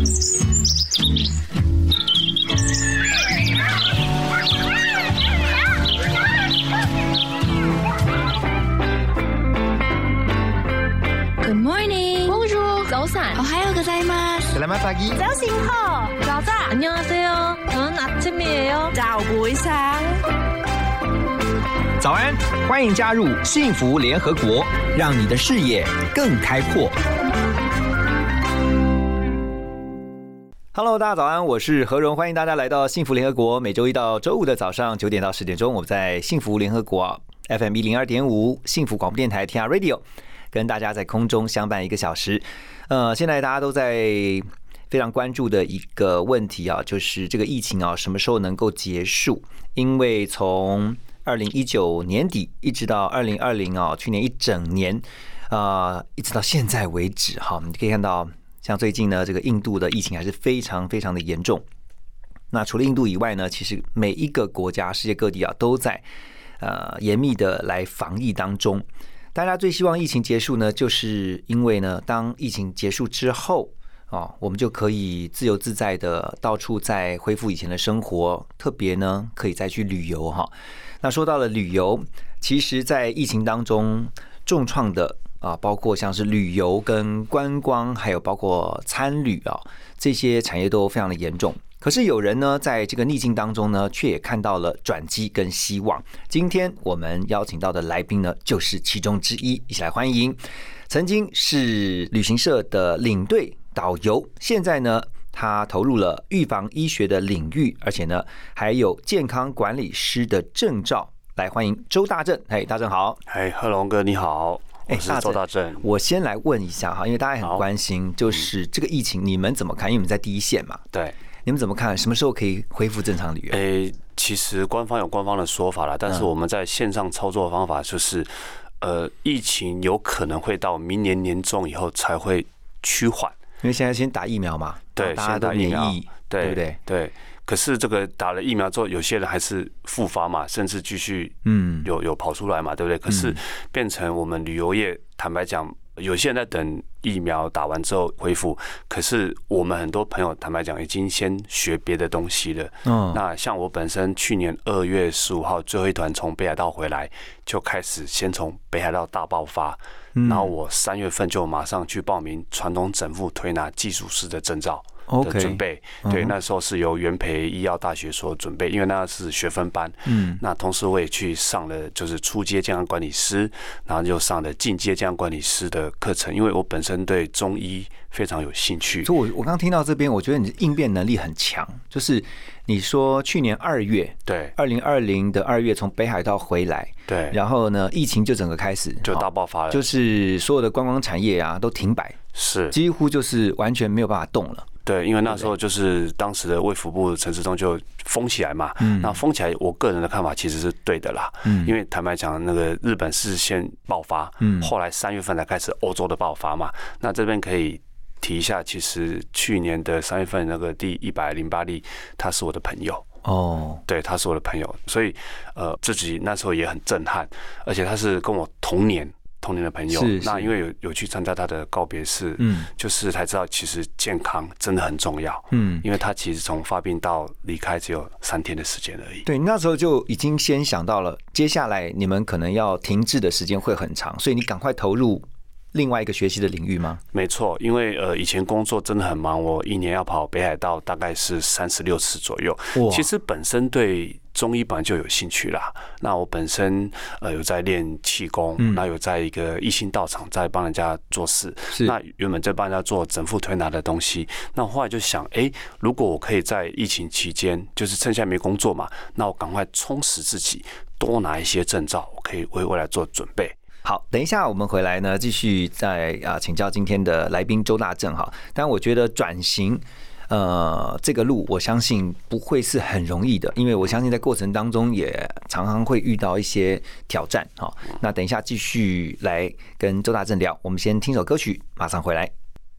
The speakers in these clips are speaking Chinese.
Good morning. Bonjour. 早安. 오하요 고자이마스. Selamat pagi. 早醒好. 早安. 안녕하세요. 저는 아침이에요. 早不一상 早安，欢迎加入幸福联合国，让你的视野更开阔。Hello， 大家早安，我是何荣，欢迎大家来到幸福联合国。每周一到周五的早上9点到10点钟，我们在幸福联合国 FM 102.5幸福广播电台 TR Radio 跟大家在空中相伴1个小时。现在大家都在非常关注的一个问题啊，就是这个疫情啊什么时候能够结束？因为从2019年底一直到2020啊，去年一整年一直到现在为止哈，你可以看到，像最近呢，这个印度的疫情还是非常非常的严重。那除了印度以外呢，其实每一个国家、世界各地啊，都在严密的来防疫当中。大家最希望疫情结束呢，就是因为呢，当疫情结束之后我们就可以自由自在的到处再恢复以前的生活，特别呢可以再去旅游哈。那说到了旅游，其实在疫情当中重创的包括像是旅游跟观光，还有包括餐旅这些产业都非常的严重。可是有人呢，在这个逆境当中呢，却也看到了转机跟希望。今天我们邀请到的来宾呢，就是其中之一，一起来欢迎曾经是旅行社的领队导游，现在呢，他投入了预防医学的领域，而且呢，还有健康管理师的证照。来欢迎周大正，大正好。 贺龙哥你好，我是周大正。 我先来问一下哈，因为大家很关心，就是这个疫情你们怎么看？因为你们在第一线嘛。 对。 你们怎么看？什么时候可以恢复正常旅游？ 其实官方有官方的说法啦，但是我们在线上操作的方法就是，疫情有可能会到明年年中以后才会趋缓， 因为现在先打疫苗嘛， 对， 大家都免疫，对不对？ 对。可是这个打了疫苗之后，有些人还是复发嘛，甚至继续有跑出来嘛，对不对？可是变成我们旅游业，坦白讲，有些人在等疫苗打完之后恢复，可是我们很多朋友坦白讲已经先学别的东西了。那像我本身去年2月15号最后一团从北海道回来，就开始先从北海道大爆发，然后我3月份就马上去报名传统整复推拿技术师的证照的准备。对，那时候是由元培医药大学所准备，因为那是学分班。那同时我也去上了就是初阶健康管理师，然后就上了进阶健康管理师的课程，因为我本身对中医非常有兴趣。 所以我刚听到这边，我觉得你的应变能力很强。就是你说去年2月， 对 ，2020的2月从北海道回来， 对， 然后呢，疫情就整个开始就大爆发了， 就是所有的观光产业啊都停摆， 是几乎就是完全没有办法动了。 对，因为那时候就是当时的卫福部陈时中就封起来嘛，那封起来，我个人的看法其实是对的啦，因为坦白讲，那个日本是先爆发，后来3月份才开始欧洲的爆发嘛，那这边可以提一下，其实去年的3月份那个第108例，他是我的朋友。对，他是我的朋友，所以自己那时候也很震撼，而且他是跟我同年的朋友，那因为有去参加他的告别式，就是才知道其实健康真的很重要，因为他其实从发病到离开只有3天的时间而已。 对，那时候就已经先想到了，接下来你们可能要停滞的时间会很长，所以你赶快投入另外一个学习的领域吗？ 没错，因为以前工作真的很忙，我一年要跑北海道大概是36次左右。其实本身对中医本来就有兴趣啦。那我本身有在练气功，那有在一个一心道场在帮人家做事。那原本在帮人家做整复推拿的东西，那我后来就想，如果我可以在疫情期间，就是趁现在没工作嘛，那我赶快充实自己，多拿一些证照，我可以为未来做准备。 好，等一下我们回来呢，继续再请教今天的来宾周大正哈。但我觉得转型这个路，我相信不会是很容易的，因为我相信在过程当中也常常会遇到一些挑战哈。那等一下继续来跟周大正聊，我们先听首歌曲，马上回来。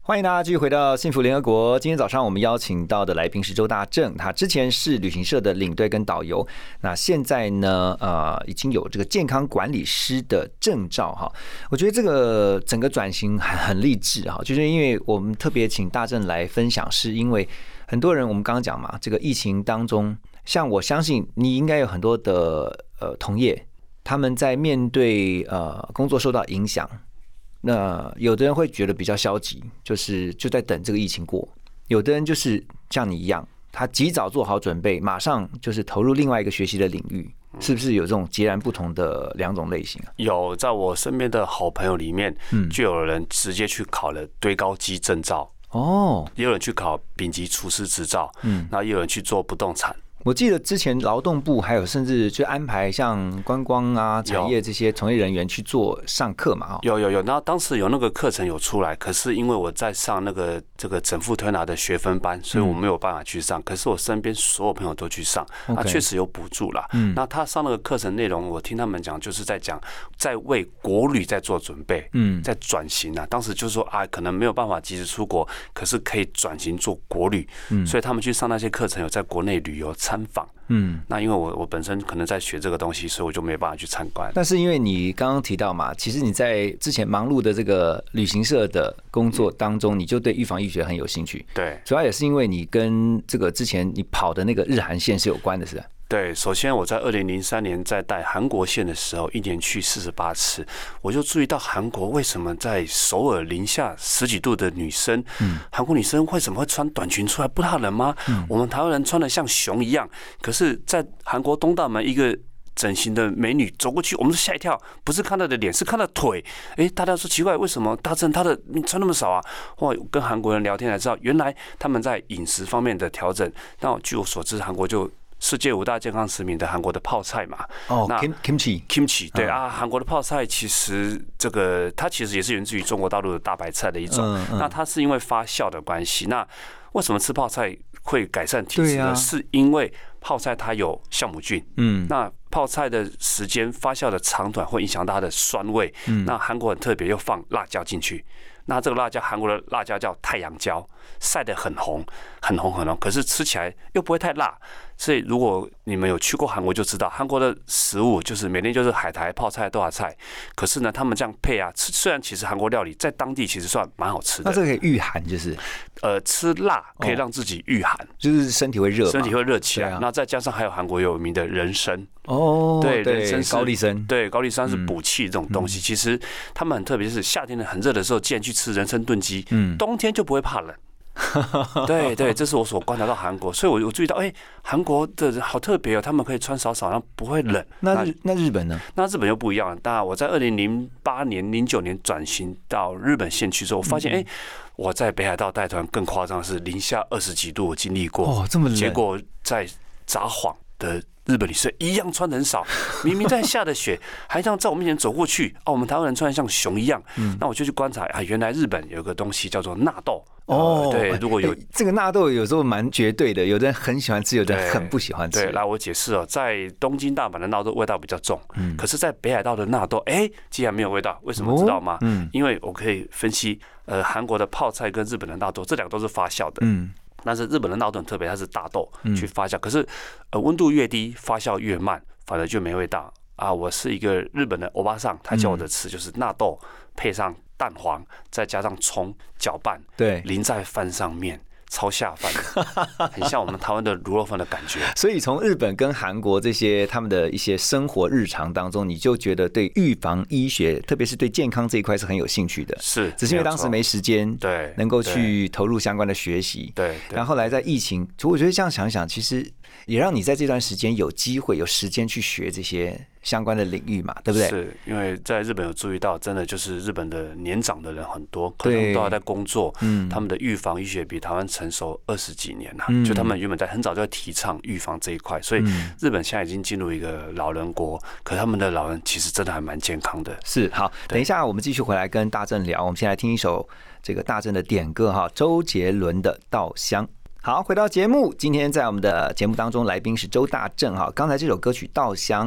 欢迎大家继续回到幸福联合国。今天早上我们邀请到的来宾是周大正，他之前是旅行社的领队跟导游，那现在呢，已经有这个健康管理师的证照哈。我觉得这个整个转型很励志哈，就是因为我们特别请大正来分享，是因为很多人我们刚刚讲嘛，这个疫情当中，像我相信你应该有很多的同业，他们在面对工作受到影响。那有的人会觉得比较消极，就在等这个疫情过；有的人就是像你一样，他及早做好准备，马上就是投入另外一个学习的领域，是不是有这种截然不同的两种类型啊？ 有，在我身边的好朋友里面，就有人直接去考了堆高机证照，也有人去考丙级厨师执照，然后也有人去做不动产。 我记得之前劳动部还有甚至就安排像观光啊、产业这些从业人员去做上课嘛。 有，然后当时有那个课程有出来，可是因为我在上这个整复推拿的学分班，所以我没有办法去上。可是我身边所有朋友都去上，确实有补助啦。那他上那个课程内容，我听他们讲，就是在讲在为国旅在做准备，在转型啊。当时就说可能没有办法及时出国，可是可以转型做国旅，所以他们去上那些课程，有在国内旅游参访。那因为我本身可能在学这个东西，所以我就没办法去参观。 但是因为你刚刚提到嘛，其实你在之前忙碌的这个旅行社的工作当中，你就对预防医学很有兴趣。 对， 主要也是因为你跟这个之前你跑的那个日韩线是有关的，是吧？ 对，首先我在2003年在带韩国线的时候，1年去48次，我就注意到韩国为什么在首尔零下10几度的女生，韩国女生为什么会穿短裙出来？不怕冷吗？我们台湾人穿得像熊一样，可是，在韩国东大门一个整形的美女走过去，我们都吓一跳，不是看她的脸，是看她的腿。大家说奇怪，为什么大正你穿那么少啊？哇，跟韩国人聊天才知道，原来他们在饮食方面的调整。那据我所知，韩国就世界5大健康食品的韩国的泡菜嘛， 那 kimchi 对啊，韩国的泡菜其实它其实也是源自于中国大陆的大白菜的一种，那它是因为发酵的关系，那为什么吃泡菜会改善体质呢？是因为泡菜它有酵母菌，那泡菜的时间发酵的长短会影响它的酸味，那韩国很特别，又放辣椒进去。那这个辣椒，韩国的辣椒叫太阳椒，晒得很红，可是吃起来又不会太辣。所以如果你们有去过韩国，就知道韩国的食物就是每天就是海苔、泡菜、豆芽菜。可是呢，他们这样配啊，虽然其实韩国料理在当地其实算蛮好吃的。 那这个可以御寒，就是吃辣可以让自己御寒， 就是身体会热起来。那再加上还有韩国有名的人参。 对， 人参高丽参， 对，高丽参是补气这种东西。其实他们很特别，是夏天的很热的时候，既然去吃人参炖鸡，冬天就不会怕冷。对，这是我所观察到韩国，所以我注意到，韩国的人好特别哦，他们可以穿少少，然后不会冷。 那日本呢？ 那日本又不一样了。那我在2008年、09年转型到日本线去之后，我发现，我在北海道带团更夸张的是零下20几度，我经历过， 这么冷， 结果在札幌的日本女生一样穿得很少，明明在下的雪，还这样在我面前走过去。我们台湾人穿得像熊一样。那我就去观察，原来日本有个东西叫做纳豆。对，如果有这个纳豆，有时候蛮绝对的，有的人很喜欢吃，有的人很不喜欢吃。 对，来我解释在东京、大阪的纳豆味道比较重，可是在北海道的纳豆，竟然没有味道，为什么知道吗？因为我可以分析，韩国的泡菜跟日本的纳豆，这两个都是发酵的。但是日本的纳豆很特别，它是大豆去发酵，可是温度越低，发酵越慢，反而就没味道啊！我是一个日本的欧巴桑，他教我的吃就是纳豆配上蛋黄，再加上葱搅拌， 对， 淋在饭上面。超下饭的，很像我们台湾的卤肉饭的感觉。 所以从日本跟韩国这些他们的一些生活日常当中，你就觉得对预防医学，特别是对健康这一块是很有兴趣的。 是， 只是因为当时没时间， 对， 能够去投入相关的学习。 对， 然后后来在疫情，我觉得这样想想，其实也让你在这段时间有机会、有时间去学这些相关的领域嘛，对不对？ 是因为在日本有注意到，真的就是日本的年长的人很多，可能都还在工作，他们的预防医学比台湾成熟20几年了，就他们原本在很早就在提倡预防这一块，所以日本现在已经进入一个老人国，可他们的老人其实真的还蛮健康的。 是，好，等一下我们继续回来跟大正聊，我们先来听一首这个大正的点歌哈，周杰伦的《稻香》。好，回到节目，今天在我们的节目当中，来宾是周大正哈。刚才这首歌曲《稻香》，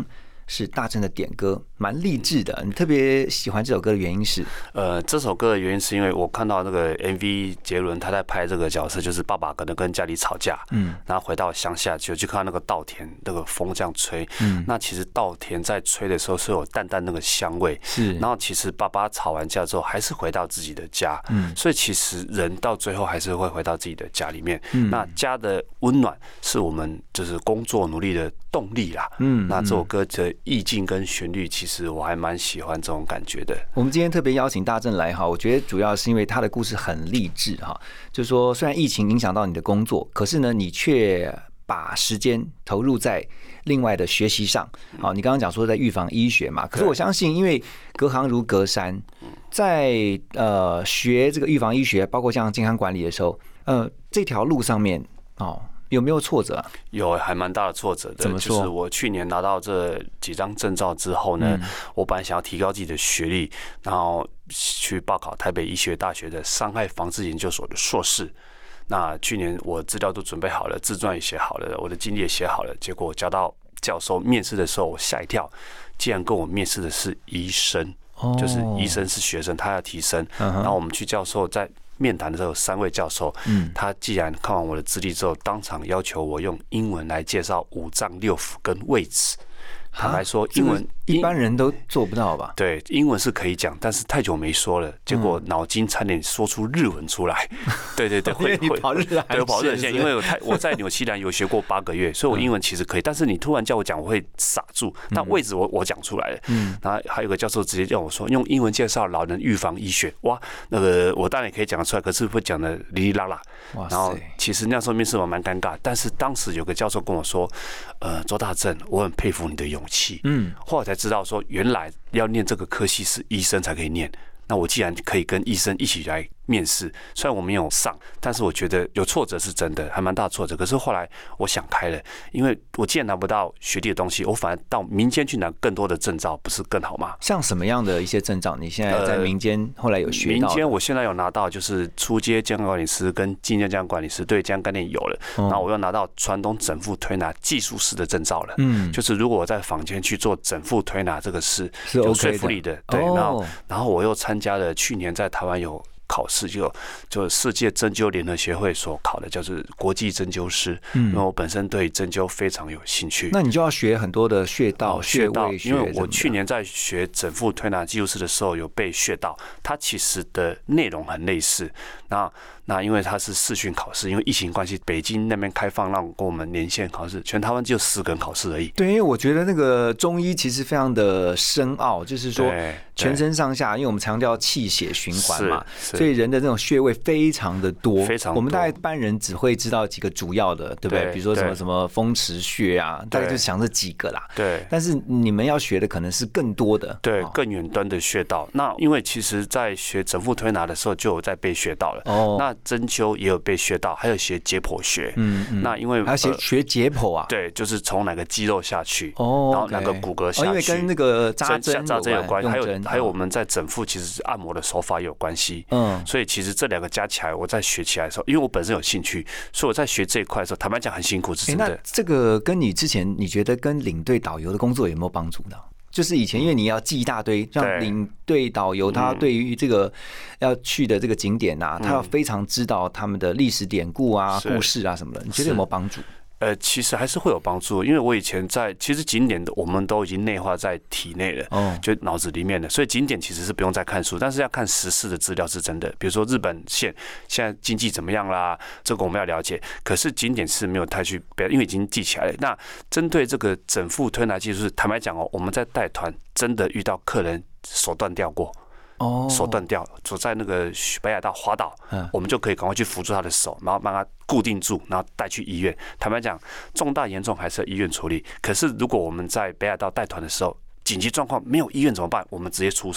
是大正的点歌，蛮励志的。你特别喜欢这首歌的原因是？ 这首歌的原因是因为我看到那个 MV 杰伦他在拍这个角色，就是爸爸可能跟家里吵架，然后回到乡下去看到那个稻田，那个风这样吹，那其实稻田在吹的时候是有淡淡那个香味， 是。 然后其实爸爸吵完架之后还是回到自己的家，所以其实人到最后还是会回到自己的家里面。那家的温暖是我们就是工作努力的动力啦。那这首歌的意境跟旋律，其实我还蛮喜欢这种感觉的。 我们今天特别邀请大正来哈，我觉得主要是因为他的故事很励志哈，就是说虽然疫情影响到你的工作，可是呢，你却把时间投入在另外的学习上。好，你刚刚讲说在预防医学嘛，可是我相信，因为隔行如隔山，在学这个预防医学，包括像健康管理的时候，这条路上面哦。有没有挫折啊？ 有，还蛮大的挫折的。 怎么说？ 就是我去年拿到这几张证照之后呢，我本来想要提高自己的学历，然后去报考台北医学大学的伤害防治研究所的硕士。那去年我资料都准备好了，自传也写好了，我的经历也写好了。结果我交到教授面试的时候，我吓一跳，竟然跟我面试的是医生，就是医生是学生，他要提升。然后我们去教授在面谈的时候，有3位教授，他既然看完我的资历之后，当场要求我用英文来介绍5脏6腑跟位置。坦白说，英文一般人都做不到吧？ 对，英文是可以讲，但是太久没说了，结果脑筋差点说出日文出来。对对对， 会跑日韩线， 对，跑日韩线，因为我在纽西兰有学过8个月，所以我英文其实可以，但是你突然叫我讲，我会傻住。但位置我讲出来了，然后还有个教授直接叫我说用英文介绍老人预防医学，哇，那个我当然也可以讲得出来，可是会讲的哩哩啦啦。然后其实那时候面试我蛮尴尬，但是当时有个教授跟我说，周大正，我很佩服你的勇气。后来才知道说，原来要念这个科系是医生才可以念。那我既然可以跟医生一起来面试，虽然我没有上，但是我觉得有挫折是真的，还蛮大的挫折。可是后来我想开了，因为我既然拿不到学历的东西，我反而到民间去拿更多的证照，不是更好吗？ 像什么样的一些证照？你现在在民间后来有学到？ 民间我现在有拿到，就是初阶健康管理师跟进阶健康管理师，对健康概念有了。然后我又拿到传统整复推拿技术师的证照了。就是如果我在坊间去做整复推拿这个事，有说服力的。对，然后我又参加了去年在台湾有考试，就世界针灸联合协会所考的，就是国际针灸师。因为我本身对针灸非常有兴趣， 那你就要学很多的穴道、穴位学。 因为我去年在学整复推拿技术师的时候，有背穴道，它其实的内容很类似。那因为它是视讯考试，因为疫情关系，北京那边开放让我们连线考试，全台湾只有4个人考试而已。 对，因为我觉得那个中医其实非常的深奥，就是说全身上下，因为我们强调气血循环嘛，所以人的这种穴位非常的多， 非常多。 我们大概一般人只会知道几个主要的，对不对？比如说什么风池穴啊，大概就想这几个啦。 对。 但是你们要学的可能是更多的， 对，更远端的穴道。那因为其实在学整复推拿的时候就有在背穴道了。那针灸也有被学到，还有学解剖学。那因为还学解剖啊？ 对，就是从哪个肌肉下去，然后哪个骨骼下去， 因为跟那个扎针有关系。还有我们在整复其实是按摩的手法也有关系。所以其实这2个加起来，我在学起来的时候，因为我本身有兴趣，所以我在学这一块的时候，坦白讲很辛苦，是真的。 那这个跟你之前你觉得跟领队导游的工作有没有帮助呢？就是以前因为你要记一大堆，让领队导游他对于这个要去的这个景点啊，他要非常知道他们的历史典故啊、故事啊什么的，你觉得有没有帮助？ 其实还是会有帮助，因为我以前其实景点的我们都已经内化在体内了，就脑子里面的，所以景点其实是不用再看书，但是要看时事的资料是真的。比如说日本现在经济怎么样啦，这个我们要了解。可是景点是没有太去，因为已经记起来了。那针对这个整复推拿技术，坦白讲我们在带团真的遇到客人手断掉过。手断掉，走在那个北海道滑倒，我们就可以赶快去扶住他的手，然后帮他固定住，然后带去医院。坦白讲，重大严重还是要医院处理。可是如果我们在北海道带团的时候，紧急状况没有医院怎么办？我们直接出手。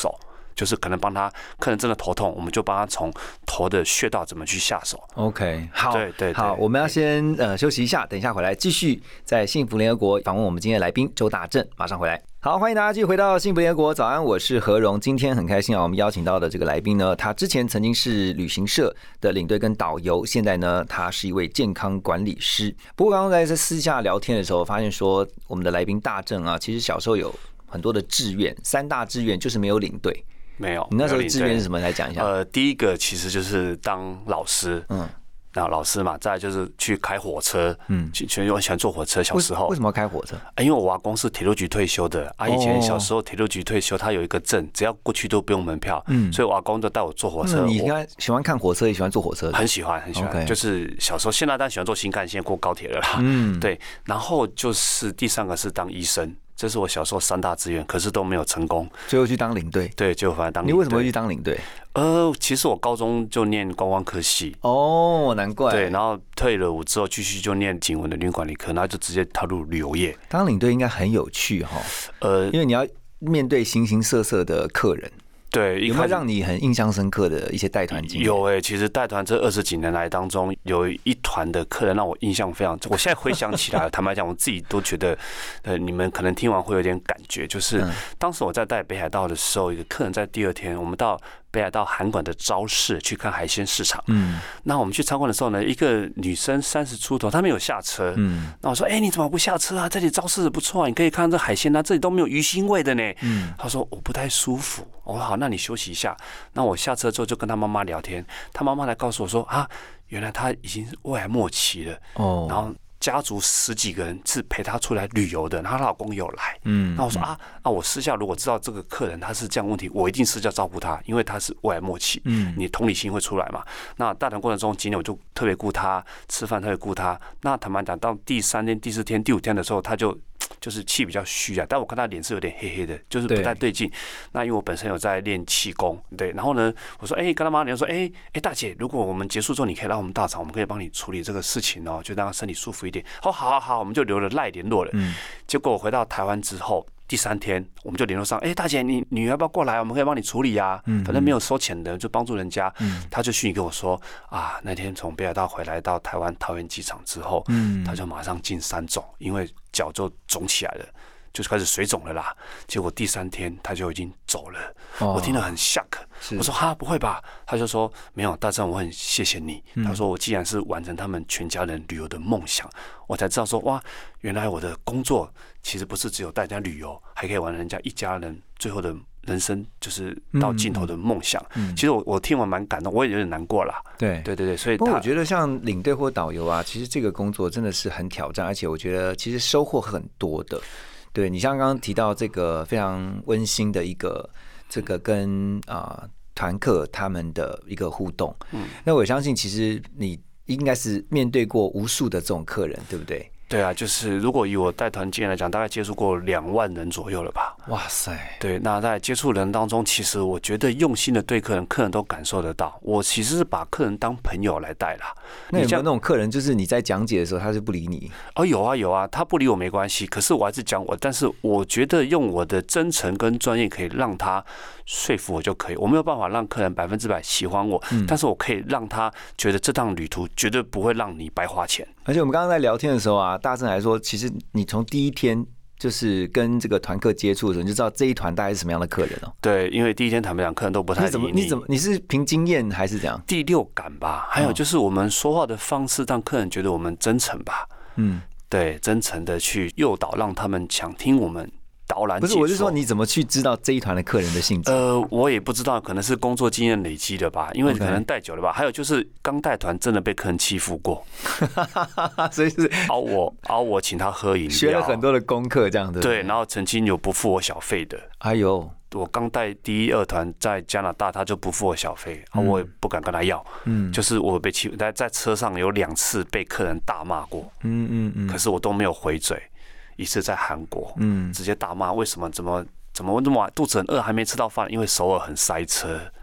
就是可能帮他客人真的头痛，我们就帮他从头的穴道怎么去下手。 OK， 好， 对， 好，我们要先休息一下，等一下回来继续在幸福联合国访问我们今天的来宾周大正，马上回来。好，欢迎大家继续回到幸福联合国早安，我是何荣。今天很开心啊，我们邀请到的这个来宾呢，他之前曾经是旅行社的领队跟导游，现在呢，他是一位健康管理师。不过刚刚在私下聊天的时候，发现说我们的来宾大正啊，其实小时候有很多的志愿，3大志愿就是没有领队。 没有， 你那时候志愿是什么？来讲一下。 第一个其实就是当老师，那老师嘛，再来就是去开火车，我很喜欢坐火车。小时候为什么要开火车？ 因为我阿公是铁路局退休的啊，以前小时候铁路局退休，他有一个证，只要过去都不用门票，所以我阿公就带我坐火车。 你应该喜欢看火车，也喜欢坐火车？ 很喜欢，就是小时候，现在当然喜欢坐新干线、过高铁了啦。对。然后就是第3个是当医生。这是我小时候3大志愿，可是都没有成功， 最后去当领队。 对，结果反正当领队。 你为什么会去当领队？ 其实我高中就念观光科系。 哦，难怪。 对，然后退了伍之后，继续就念景文的旅管理科，然后就直接踏入旅游业。 当领队应该很有趣哈。因为你要面对形形色色的客人。 对， 有没有让你很印象深刻的一些带团经验？ 有其实带团这20几年来当中，有一团的客人让我印象非常，我现在回想起来，坦白讲，我自己都觉得，你们可能听完会有点感觉，就是当时我在带北海道的时候，一个客人在第2天，我们到北海道函馆的朝市去看海鲜市场。那我们去参观的时候呢，一个女生30出头，她没有下车。那我说，你怎么不下车啊？这里朝市不错啊，你可以看到这海鲜啊，这里都没有鱼腥味的呢。她说我不太舒服。我说好，那你休息一下。那我下车之后就跟她妈妈聊天，她妈妈来告诉我说啊，原来她已经是胃癌末期了。然后家族10几个人是陪她出来旅游的，然后她老公有来。那我说我私下如果知道这个客人他是这样问题，我一定私下照顾他，因为他是胃癌末期。你同理心会出来嘛？那带团过程中，今年我就特别顾他吃饭，特别顾他。那坦白讲，到第3天、第4天、第5天的时候，他就是气比较虚啊，但我看他脸是有点黑黑的，就是不太对劲。那因为我本身有在练气功，对，然后呢，我说跟他妈聊说，大姐，如果我们结束之后，你可以来我们大厂，我们可以帮你处理这个事情哦，就让他身体舒服一点。好，我们就留了赖联络了。结果我回到台湾之后，第3天我们就联络上，大姐，你女儿要不要过来？我们可以帮你处理啊，反正没有收钱的，就帮助人家。他就讯息跟我说那天从北海道回来到台湾桃园机场之后，他就马上进3肿，因为脚就肿起来了，就开始水肿了啦。结果第3天他就已经走了。我听得很 shock， 我说不会吧？他就说没有，大正，我很谢谢你。他说我既然是完成他们全家人旅游的梦想，我才知道说哇，原来我的工作其实不是只有带人家旅游，还可以完成人家一家人最后的人生就是到尽头的梦想。其实我听完蛮感动，我也有点难过啦。对，所以不过我觉得像领队或导游啊，其实这个工作真的是很挑战，而且我觉得其实收获很多的。对，你像刚刚提到这个非常温馨的一个这个跟团客他们的一个互动，那我相信其实你应该是面对过无数的这种客人，对不对？ 对啊，就是如果以我带团经验来讲，大概接触过2万人左右了吧。 哇塞！ 对，那在接触人当中，其实我觉得用心的对客人，客人都感受得到。我其实是把客人当朋友来带啦。 那有没有那种客人，就是你在讲解的时候，他就不理你？ 有啊，他不理我没关系，可是我还是讲我。但是我觉得用我的真诚跟专业，可以让他说服我就可以。我没有办法让客人100%喜欢我，但是我可以让他觉得这趟旅途绝对不会让你白花钱。 而且我们刚刚在聊天的时候啊，大正来说，其实你从第1天就是跟这个团客接触的时候，你就知道这一团大概是什么样的客人哦。 对，因为第1天坦白讲，客人都不太理你。 你是凭经验还是怎样？ 第6感吧，还有就是我们说话的方式，让客人觉得我们真诚吧。对，真诚的去诱导，让他们想听我们导览解说。 不是，我是说你怎么去知道这一团的客人的性质？ 我也不知道，可能是工作经验累积的吧，因为可能带久了吧。还有就是刚带团真的被客人欺负过， 所以是熬我请他喝饮料， 学了很多的功课这样的。 对，然后曾经有不付我小费的。 哎呦， 我刚带第1、2团在加拿大，他就不付我小费，我也不敢跟他要。就是我被欺负，在车上有2次被客人大骂过。可是我都没有回嘴。一次在韩国，直接大骂为什么怎么肚子很饿还没吃到饭，因为首尔很塞车。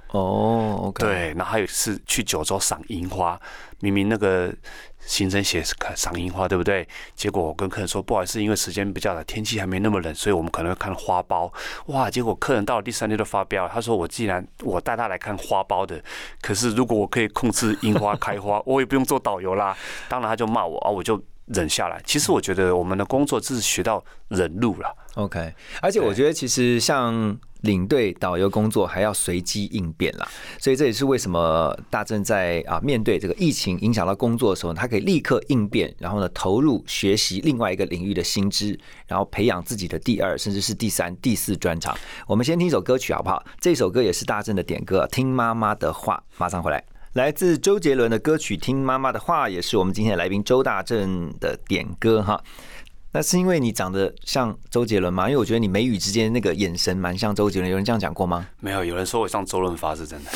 哦 ，OK， 对，然后还有是去九州赏樱花，明明那个行程写赏樱花，对不对？结果我跟客人说，不好意思，因为时间比较短，天气还没那么冷，所以我们可能会看花苞。哇，结果客人到了第3天就发飙了，他说既然我带他来看花苞的，可是如果我可以控制樱花开花，我也不用做导游啦。当然他就骂我啊，我就忍下来。其实我觉得我们的工作就是学到忍辱了。 OK， 而且我觉得其实像领队导游工作还要随机应变啦，所以这也是为什么大正在面对这个疫情影响到工作的时候，他可以立刻应变，然后呢投入学习另外一个领域的新知，然后培养自己的第2甚至是第3、第4专长。我们先听一首歌曲好不好？这首歌也是大正的点歌，听妈妈的话，马上回来。来自周杰伦的歌曲《听妈妈的话》，也是我们今天的来宾周大正的点歌哈。那是因为你长得像周杰伦吗？因为我觉得你眉宇之间那个眼神蛮像周杰伦，有人这样讲过吗？ 没有，有人说我像周润发，是真的。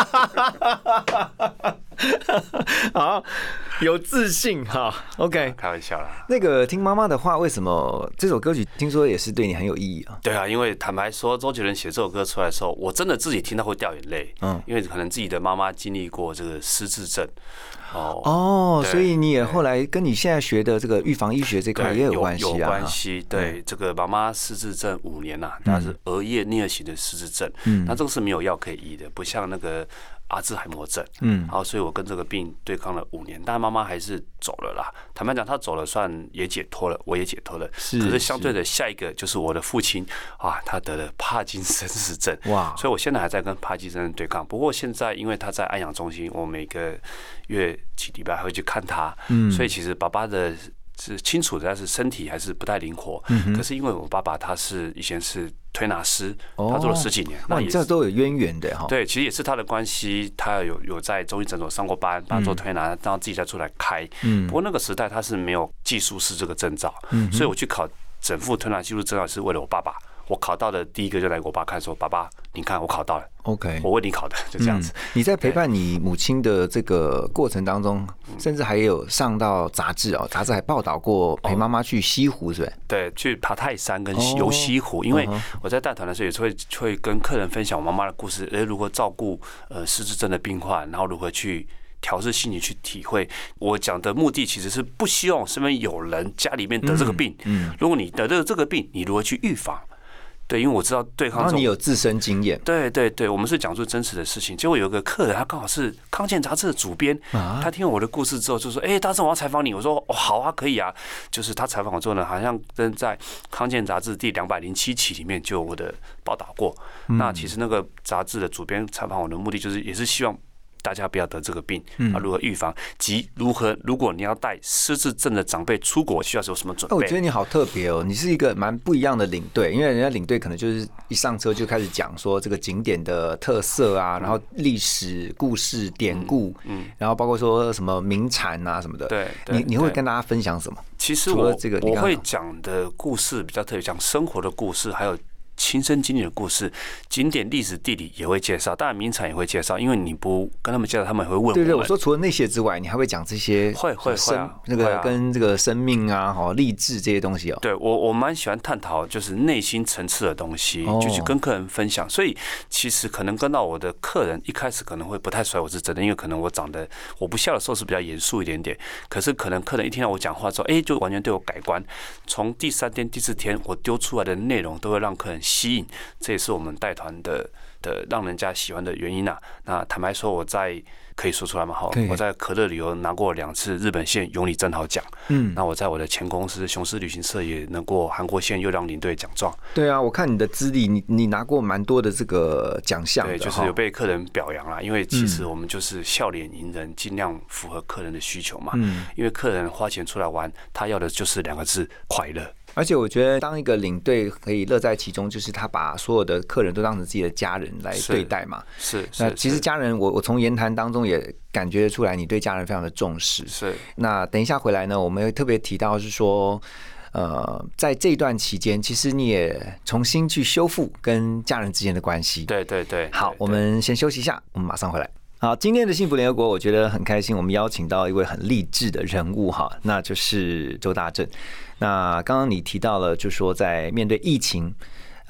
好，有自信哈。OK， 开玩笑啦。 那个听妈妈的话，为什么这首歌曲听说也是对你很有意义啊？ 对啊，因为坦白说，周杰伦写这首歌出来的时候，我真的自己听到会掉眼泪。因为可能自己的妈妈经历过这个失智症。 所以你也后来跟你现在学的这个预防医学这块也有关系啊？ 有关系。对，这个妈妈失智症5年啦，她是额叶颞型的失智症。那这个是没有药可以医的，不像那个阿兹海默症。然后所以我跟这个病对抗了5年，但妈妈还是走了啦。坦白讲，她走了算也解脱了，我也解脱了。可是相对的，下一个就是我的父亲啊，他得了帕金森氏症。哇！所以我现在还在跟帕金森对抗。不过现在因为他在安养中心，我每个月几礼拜会去看他。所以其实爸爸的是清楚的，但是身体还是不太灵活。可是因为我爸爸他以前是推拿师，他做了10几年。 那你这都有渊源的哈。对， 其实也是他的关系，他有在中医诊所上过班，帮他做推拿，然后自己再出来开。不过那个时代他是没有技术师这个证照，所以我去考整复推拿技术证照是为了我爸爸。我考到的第一个就来给我爸看，说：“爸爸，你看我考到了。” OK， 我为你考的，就这样子。 你在陪伴你母亲的这个过程当中，甚至还有上到杂志哦，杂志还报道过陪妈妈去西湖，是不是？ 对，去爬泰山跟游西湖。因为我在带团的时候，也会跟客人分享我妈妈的故事，如何照顾失智症的病患，然后如何去调试心理去体会。我讲的目的其实是不希望身边有人家里面得这个病。如果你得了这个病，你如何去预防？对，因为我知道对抗这种， 然后你有自身经验。 对，我们是讲述真实的事情。结果有个客人，他刚好是康健杂志的主编，他听完我的故事之后就说：“大正，我要采访你。”我说：“哦，好啊，可以啊。”就是他采访我之后呢，好像跟在康健杂志第207期里面就有我的报道过。那其实那个杂志的主编采访我的目的，就是也是希望大家不要得这个病啊，如何预防及如果你要带失智症的长辈出国，需要有什么准备？ 我觉得你好特别哦，你是一个蛮不一样的领队，因为人家领队可能就是一上车就开始讲说这个景点的特色啊，然后历史故事典故，然后包括说什么名产啊什么的。 对， 你会跟大家分享什么？ 其实我会讲的故事比较特别，讲生活的故事，还有亲身经历的故事，景点历史地理也会介绍，当然名产也会介绍，因为你不跟他们介绍，他们也会问我们。 对，我说除了那些之外，你还会讲这些会那个跟这个生命啊、励志这些东西哦。 对，我蛮喜欢探讨就是内心层次的东西，就去跟客人分享。所以其实可能跟到我的客人一开始可能会不太熟，我是真的，因为可能我不笑的时候是比较严肃一点点，可是可能客人一听到我讲话之后，就完全对我改观。从第3天、第4天，我丢出来的内容都会让客人吸引，这也是我们带团的让人家喜欢的原因啊。那坦白说，可以说出来嘛？我在可乐旅游拿过2次日本线永里正好奖。那我在我的前公司雄狮旅行社也拿过韩国线优良领队奖状。 对啊，我看你的资历，你拿过蛮多的这个奖项的。 对，就是有被客人表扬啦。因为其实我们就是笑脸迎人，尽量符合客人的需求嘛。因为客人花钱出来玩，他要的就是2个字：快乐。 而且我觉得，当一个领队可以乐在其中，就是他把所有的客人都当成自己的家人来对待嘛。 是。 那其实家人，我从言谈当中也感觉出来，你对家人非常的重视。 是。那等一下回来呢，我们会特别提到是说，在这段期间，其实你也重新去修复跟家人之间的关系。 对。 好，我们先休息一下，我们马上回来。好，今天的幸福联合国，我觉得很开心，我们邀请到一位很励志的人物哈，那就是周大正。那刚刚你提到了，就说在面对疫情，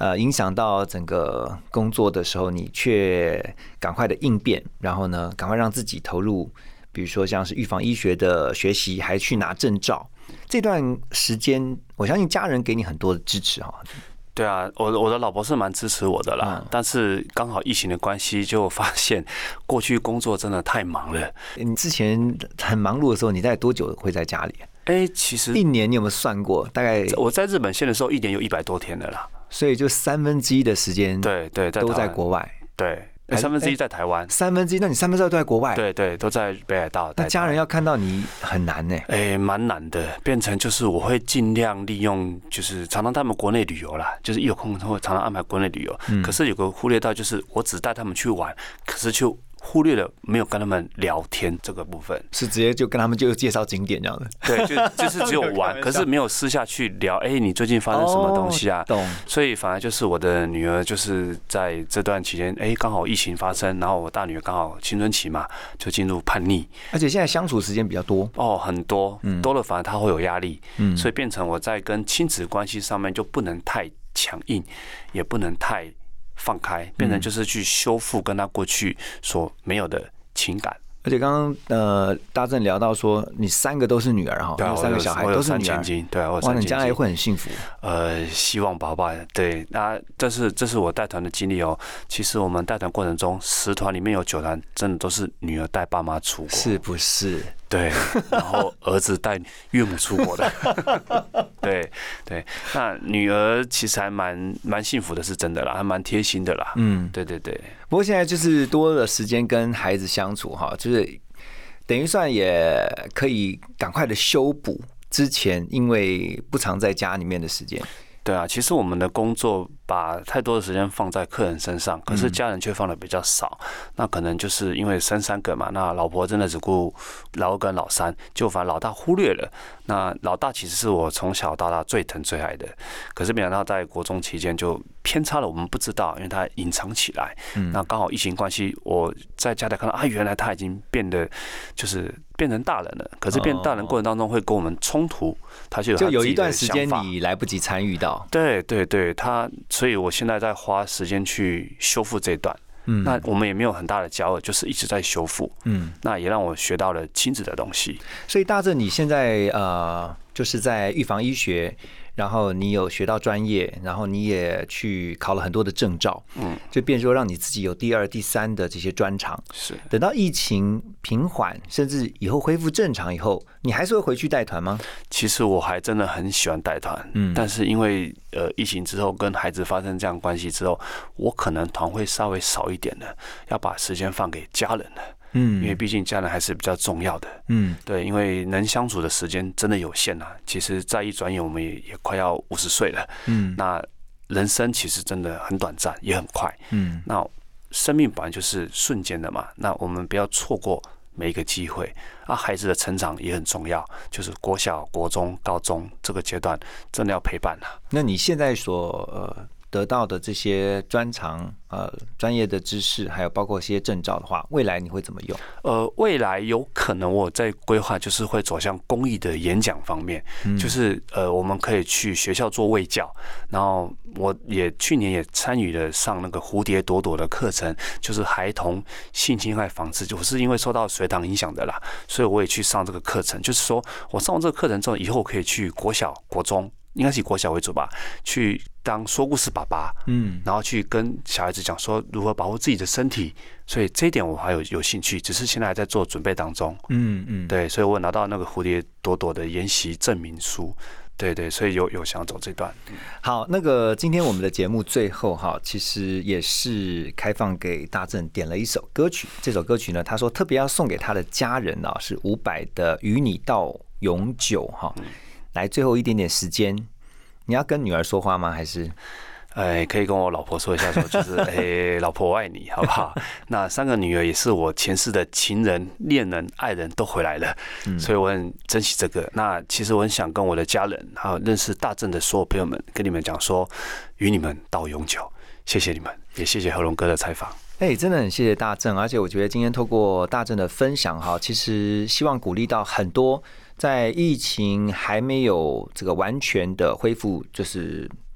影响到整个工作的时候，你却赶快的应变，然后呢，赶快让自己投入，比如说像是预防医学的学习，还去拿证照。这段时间，我相信家人给你很多的支持哈。 对啊，我的老婆是蛮支持我的啦，但是刚好疫情的关系，就发现过去工作真的太忙了。 你之前很忙碌的时候，你大概多久会在家里？ 其实一年你有没有算过？大概我在日本线的时候，一年有100多天的啦， 所以就1/3的时间， 对， 都在国外。 对。1/3在台湾 ，1/3，那你1/3都在国外？ 对，都在北海道。 那家人要看到你很难呢。 蛮难的，变成就是我会尽量利用，就是常常他们国内旅游啦，就是一有空会常常安排国内旅游。可是有个忽略到，就是我只带他们去玩，可是就忽略了没有跟他们聊天这个部分， 是直接就跟他们就介绍景点这样的。 对，就是只有玩，可是没有私下去聊。你最近发生什么东西啊？ 懂。 所以反而就是我的女儿，就是在这段期间，刚好疫情发生，然后我大女儿刚好青春期嘛，就进入叛逆， 而且现在相处时间比较多很多，多了反而她会有压力，所以变成我在跟亲子关系上面就不能太强硬，也不能太放开，变成就是去修复跟他过去所没有的情感。 而且刚刚大正聊到说，你3个都是女儿哈， 对啊 ，3个小孩都是女儿， 对啊， 哇，你将来会很幸福。 希望吧。对，那这是我带团的经历哦。其实我们带团过程中，10团里面有9团真的都是女儿带爸妈出国， 是不是？ 对，然后儿子带岳母出国的，对，那女儿其实还蛮幸福的，是真的啦，还蛮贴心的啦。对。 不过现在就是多了时间跟孩子相处哈，就是等于算也可以赶快的修补之前因为不常在家里面的时间。 对啊，其实我们的工作把太多的时间放在客人身上，可是家人却放的比较少。那可能就是因为生3个嘛，那老婆真的只顾老2跟老3，就反而老大忽略了。那老大其实是我从小到大最疼最爱的，可是没想到在国中期间就偏差了，我们不知道，因为他隐藏起来。那刚好疫情关系，我在家里看到原来他已经变成大人了。可是变大人过程当中会跟我们冲突，他就有一段时间你来不及参与到。 对，所以我现在在花时间去修复这段。那我们也没有很大的交恶，就是一直在修复。那也让我学到了亲子的东西。 所以大正，你现在就是在预防医学，然后你有学到专业，然后你也去考了很多的证照，就变成说让你自己有第2、第3的这些专长。 是， 等到疫情平缓，甚至以后恢复正常以后，你还是会回去带团吗？ 其实我还真的很喜欢带团，但是因为疫情之后跟孩子发生这样关系之后，我可能团会稍微少一点的，要把时间放给家人了。因为毕竟家人还是比较重要的。对，因为能相处的时间真的有限啊。其实，在一转眼，我们也快要50岁了。那人生其实真的很短暂，也很快。那生命本来就是瞬间的嘛，那我们不要错过每一个机会啊。孩子的成长也很重要，就是国小、国中、高中这个阶段，真的要陪伴啊。 那你现在所得到的这些专长、专业的知识，还有包括一些证照的话，未来你会怎么用？ 未来有可能我在规划，就是会走向公益的演讲方面，就是我们可以去学校做卫教，然后我也去年也参与了上那个蝴蝶朵朵的课程，就是孩童性侵害防治。我是因为受到水塘影响的啦，所以我也去上这个课程。就是说我上完这个课程之后，以后可以去国小、国中。应该是以国小为主吧，去当说故事爸爸，然后去跟小孩子讲说如何保护自己的身体，所以这一点我还有兴趣，只是现在还在做准备当中。对，所以我拿到那个蝴蝶朵朵的研习证明书。对，所以有想走这段。 好，那个今天我们的节目最后哈，其实也是开放给大正点了一首歌曲。这首歌曲呢，他说特别要送给他的家人啊，是伍佰的《与你到永久》哈。来，最后一点点时间，你要跟女儿说话吗？还是？ 可以跟我老婆说一下，说就是老婆我爱你，好不好？那3个女儿也是我前世的情人、恋人、爱人都回来了，所以我很珍惜这个。那其实我很想跟我的家人，还有认识大正的所有朋友们，跟你们讲说，与你们到永久。谢谢你们，也谢谢和龙哥的采访。 真的很谢谢大正，而且我觉得今天透过大正的分享哈，其实希望鼓励到很多在疫情还没有这个完全的恢复，就是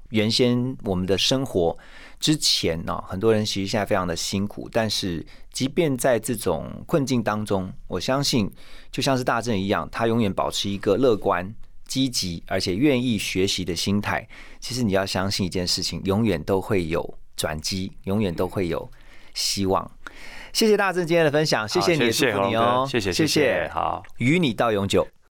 原先我们的生活之前呢，很多人其实现在非常的辛苦，但是即便在这种困境当中，我相信就像是大正一样，他永远保持一个乐观、积极而且愿意学习的心态。其实你要相信一件事情，永远都会有转机，永远都会有希望。谢谢大正今天的分享，谢谢你，祝福你哦， 谢谢，好， 与你到永久。